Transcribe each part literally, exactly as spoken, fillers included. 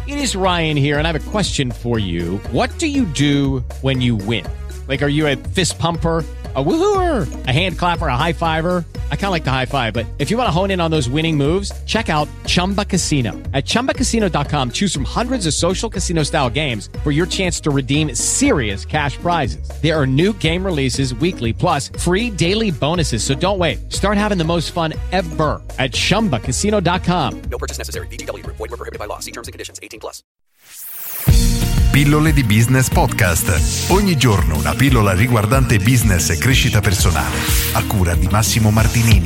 It is Ryan here, and I have a question for you. What do you do when you win? Like, are you a fist pumper, a woohooer, a hand clapper, a high fiver? I kind of like the high five, but if you want to hone in on those winning moves, check out Chumba Casino. At chumba casino dot com, choose from hundreds of social casino style games for your chance to redeem serious cash prizes. There are new game releases weekly, plus free daily bonuses. So don't wait. Start having the most fun ever at chumba casino dot com. No purchase necessary. V G W Group. Void where prohibited by law. See terms and conditions. eighteen plus. Pillole di Business Podcast. Ogni giorno una pillola riguardante business e crescita personale. A cura di Massimo Martinini.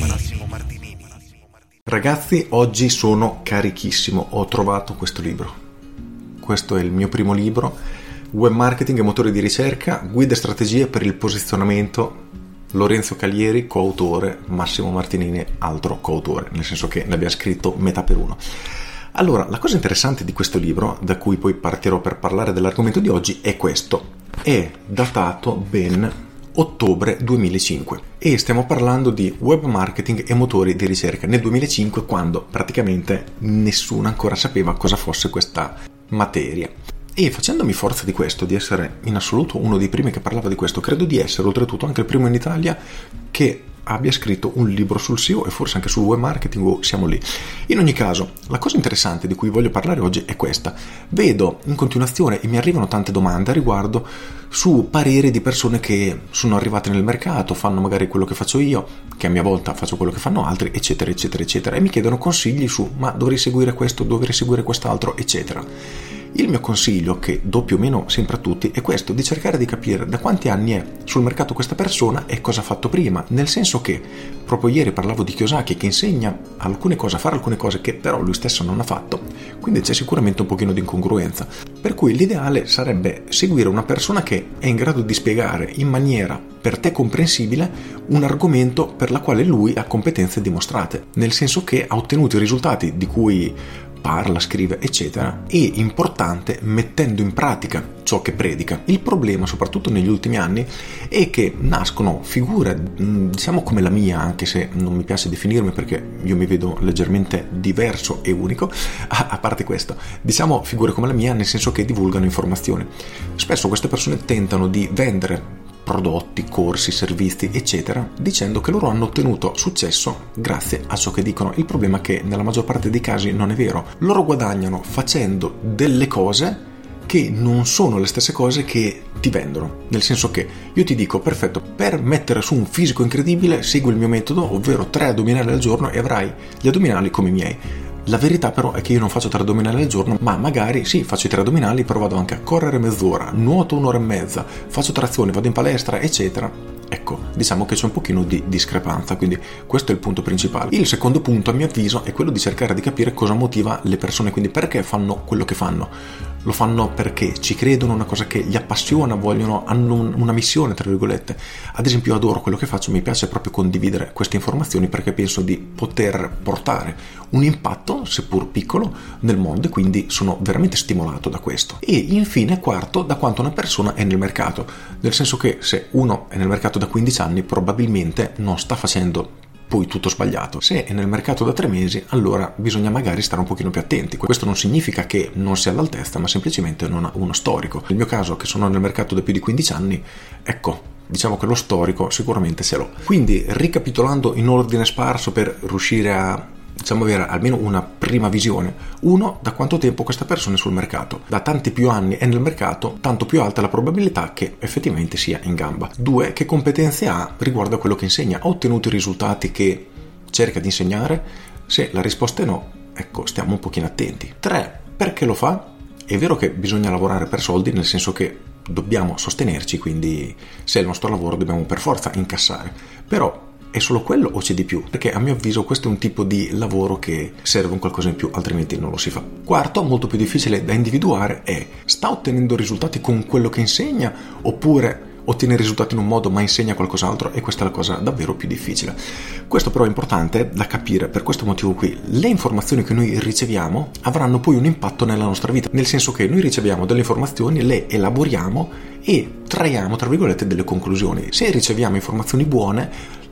Ragazzi, oggi sono carichissimo. Ho trovato questo libro. Questo è il mio primo libro. Web marketing e motori di ricerca. Guide e strategie per il posizionamento. Lorenzo Calieri, coautore. Massimo Martinini, altro coautore. Nel senso che ne abbia scritto metà per uno. Allora, la cosa interessante di questo libro, da cui poi partirò per parlare dell'argomento di oggi, è questo. È datato ben ottobre duemilacinque e stiamo parlando di web marketing e motori di ricerca nel duemilacinque, quando praticamente nessuno ancora sapeva cosa fosse questa materia. E facendomi forza di questo, di essere in assoluto uno dei primi che parlava di questo, credo di essere oltretutto anche il primo in Italia che abbia scritto un libro sul S E O e forse anche sul web marketing, o siamo lì. In ogni caso, la cosa interessante di cui voglio parlare oggi è questa. Vedo in continuazione e mi arrivano tante domande a riguardo su pareri di persone che sono arrivate nel mercato, fanno magari quello che faccio io, che a mia volta faccio quello che fanno altri, eccetera, eccetera, eccetera, e mi chiedono consigli su ma dovrei seguire questo, dovrei seguire quest'altro, eccetera. Il mio consiglio, che do più o meno sempre a tutti, è questo, di cercare di capire da quanti anni è sul mercato questa persona e cosa ha fatto prima, nel senso che proprio ieri parlavo di Kiyosaki che insegna alcune cose, a fare alcune cose che però lui stesso non ha fatto, quindi c'è sicuramente un pochino di incongruenza, per cui l'ideale sarebbe seguire una persona che è in grado di spiegare in maniera per te comprensibile un argomento per la quale lui ha competenze dimostrate, nel senso che ha ottenuto i risultati di cui parla, scrive, eccetera, e importante mettendo in pratica ciò che predica. Il problema, soprattutto negli ultimi anni, è che nascono figure, diciamo come la mia, anche se non mi piace definirmi perché io mi vedo leggermente diverso e unico, a, a parte questo, diciamo figure come la mia, nel senso che divulgano informazioni. Spesso queste persone tentano di vendere prodotti, corsi, servizi, eccetera, dicendo che loro hanno ottenuto successo grazie a ciò che dicono. Il problema è che nella maggior parte dei casi non è vero. Loro guadagnano facendo delle cose che non sono le stesse cose che ti vendono, nel senso che io ti dico perfetto, per mettere su un fisico incredibile segui il mio metodo, ovvero tre addominali al giorno e avrai gli addominali come i miei. La verità però è che io non faccio tre addominali al giorno, ma magari sì, faccio i tre addominali, però vado anche a correre mezz'ora, nuoto un'ora e mezza, faccio trazione, vado in palestra, eccetera. Ecco, diciamo che c'è un pochino di discrepanza, quindi questo è il punto principale. Il secondo punto, a mio avviso, è quello di cercare di capire cosa motiva le persone, quindi perché fanno quello che fanno. Lo fanno perché ci credono, una cosa che gli appassiona, vogliono, hanno una missione, tra virgolette. Ad esempio, io adoro quello che faccio, mi piace proprio condividere queste informazioni perché penso di poter portare un impatto, seppur piccolo, nel mondo, e quindi sono veramente stimolato da questo. E infine, quarto, da quanto una persona è nel mercato, nel senso che se uno è nel mercato da quindici anni probabilmente non sta facendo poi tutto sbagliato. Se è nel mercato da tre mesi, allora bisogna magari stare un pochino più attenti. Questo non significa che non sia all'altezza, ma semplicemente non ha uno storico. Nel mio caso, che sono nel mercato da più di quindici anni, ecco, diciamo che lo storico sicuramente ce l'ho. Quindi, ricapitolando in ordine sparso per riuscire a diciamo avere almeno una prima visione. Uno, da quanto tempo questa persona è sul mercato. Da tanti più anni è nel mercato, tanto più alta la probabilità che effettivamente sia in gamba. Due, che competenze ha riguardo a quello che insegna. Ha ottenuto i risultati che cerca di insegnare? Se la risposta è no, ecco, stiamo un pochino attenti. Tre, perché lo fa? È vero che bisogna lavorare per soldi, nel senso che dobbiamo sostenerci, quindi se è il nostro lavoro dobbiamo per forza incassare. Però è solo quello o c'è di più? Perché a mio avviso questo è un tipo di lavoro che serve un qualcosa in più, altrimenti non lo si fa. Quarto, molto più difficile da individuare, è: sta ottenendo risultati con quello che insegna oppure ottiene risultati in un modo ma insegna qualcos'altro? E questa è la cosa davvero più difficile. Questo però è importante da capire, per questo motivo qui. Le informazioni che noi riceviamo avranno poi un impatto nella nostra vita, nel senso che noi riceviamo delle informazioni, le elaboriamo e traiamo, tra virgolette, delle conclusioni. Se riceviamo informazioni buone,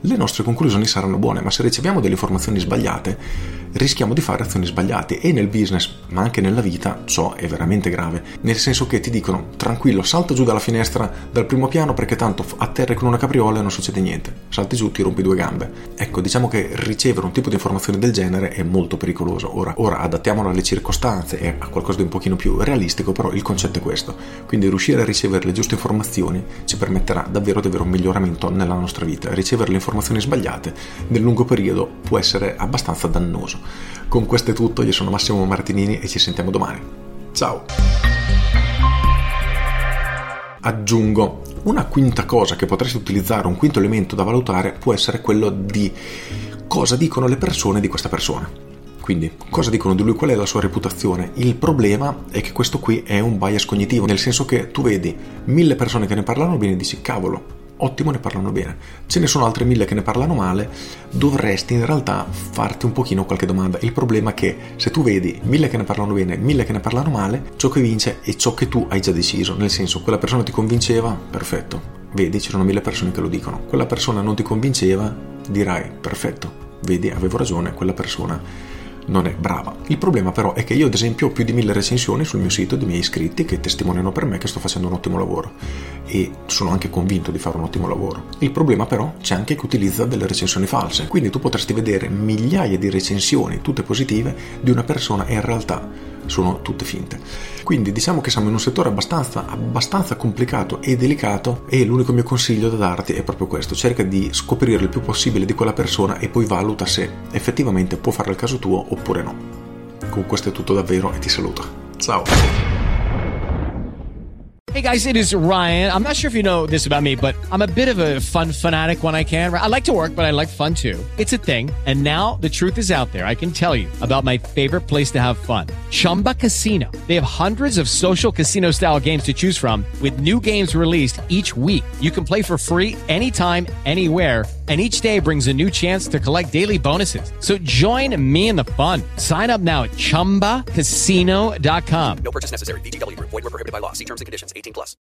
le nostre conclusioni saranno buone, ma se riceviamo delle informazioni sbagliate rischiamo di fare azioni sbagliate, e nel business ma anche nella vita ciò è veramente grave, nel senso che ti dicono tranquillo, salta giù dalla finestra dal primo piano perché tanto atterri con una capriola e non succede niente, salti giù, ti rompi due gambe. Ecco, diciamo che ricevere un tipo di informazione del genere è molto pericoloso. Ora, ora adattiamolo alle circostanze e a qualcosa di un pochino più realistico, però il concetto è questo, quindi riuscire a ricevere le giuste informazioni ci permetterà davvero di avere un miglioramento nella nostra vita. Ricevere le informazioni sbagliate nel lungo periodo può essere abbastanza dannoso. Con questo è tutto, io sono Massimo Martinini e ci sentiamo domani. Ciao! Aggiungo una quinta cosa che potresti utilizzare, un quinto elemento da valutare può essere quello di cosa dicono le persone di questa persona. Quindi, cosa dicono di lui, qual è la sua reputazione? Il problema è che questo qui è un bias cognitivo, nel senso che tu vedi mille persone che ne parlano bene e dici cavolo, ottimo, ne parlano bene. Ce ne sono altre mille che ne parlano male, dovresti in realtà farti un pochino qualche domanda. Il problema è che se tu vedi mille che ne parlano bene, mille che ne parlano male, ciò che vince è ciò che tu hai già deciso, nel senso, quella persona ti convinceva, perfetto, vedi, ci sono mille persone che lo dicono. Quella persona non ti convinceva, dirai, perfetto, vedi, avevo ragione, quella persona non è brava. Il problema però è che io ad esempio ho più di mille recensioni sul mio sito di miei iscritti che testimoniano per me che sto facendo un ottimo lavoro, e sono anche convinto di fare un ottimo lavoro. Il problema però c'è anche chi utilizza delle recensioni false, quindi tu potresti vedere migliaia di recensioni tutte positive di una persona e in realtà sono tutte finte. Quindi diciamo che siamo in un settore abbastanza, abbastanza complicato e delicato, e l'unico mio consiglio da darti è proprio questo: cerca di scoprire il più possibile di quella persona e poi valuta se effettivamente può fare il caso tuo oppure no. Con questo è tutto davvero e ti saluto. Ciao! Hey guys, it is Ryan. I'm not sure if you know this about me, but I'm a bit of a fun fanatic when I can. I like to work, but I like fun too. It's a thing. And now the truth is out there. I can tell you about my favorite place to have fun. Chumba Casino. They have hundreds of social casino style games to choose from with new games released each week. You can play for free anytime, anywhere. And each day brings a new chance to collect daily bonuses. So join me in the fun. Sign up now at chumba casino dot com. No purchase necessary. V G W Group. Void where prohibited by law. See terms and conditions. eighteen plus.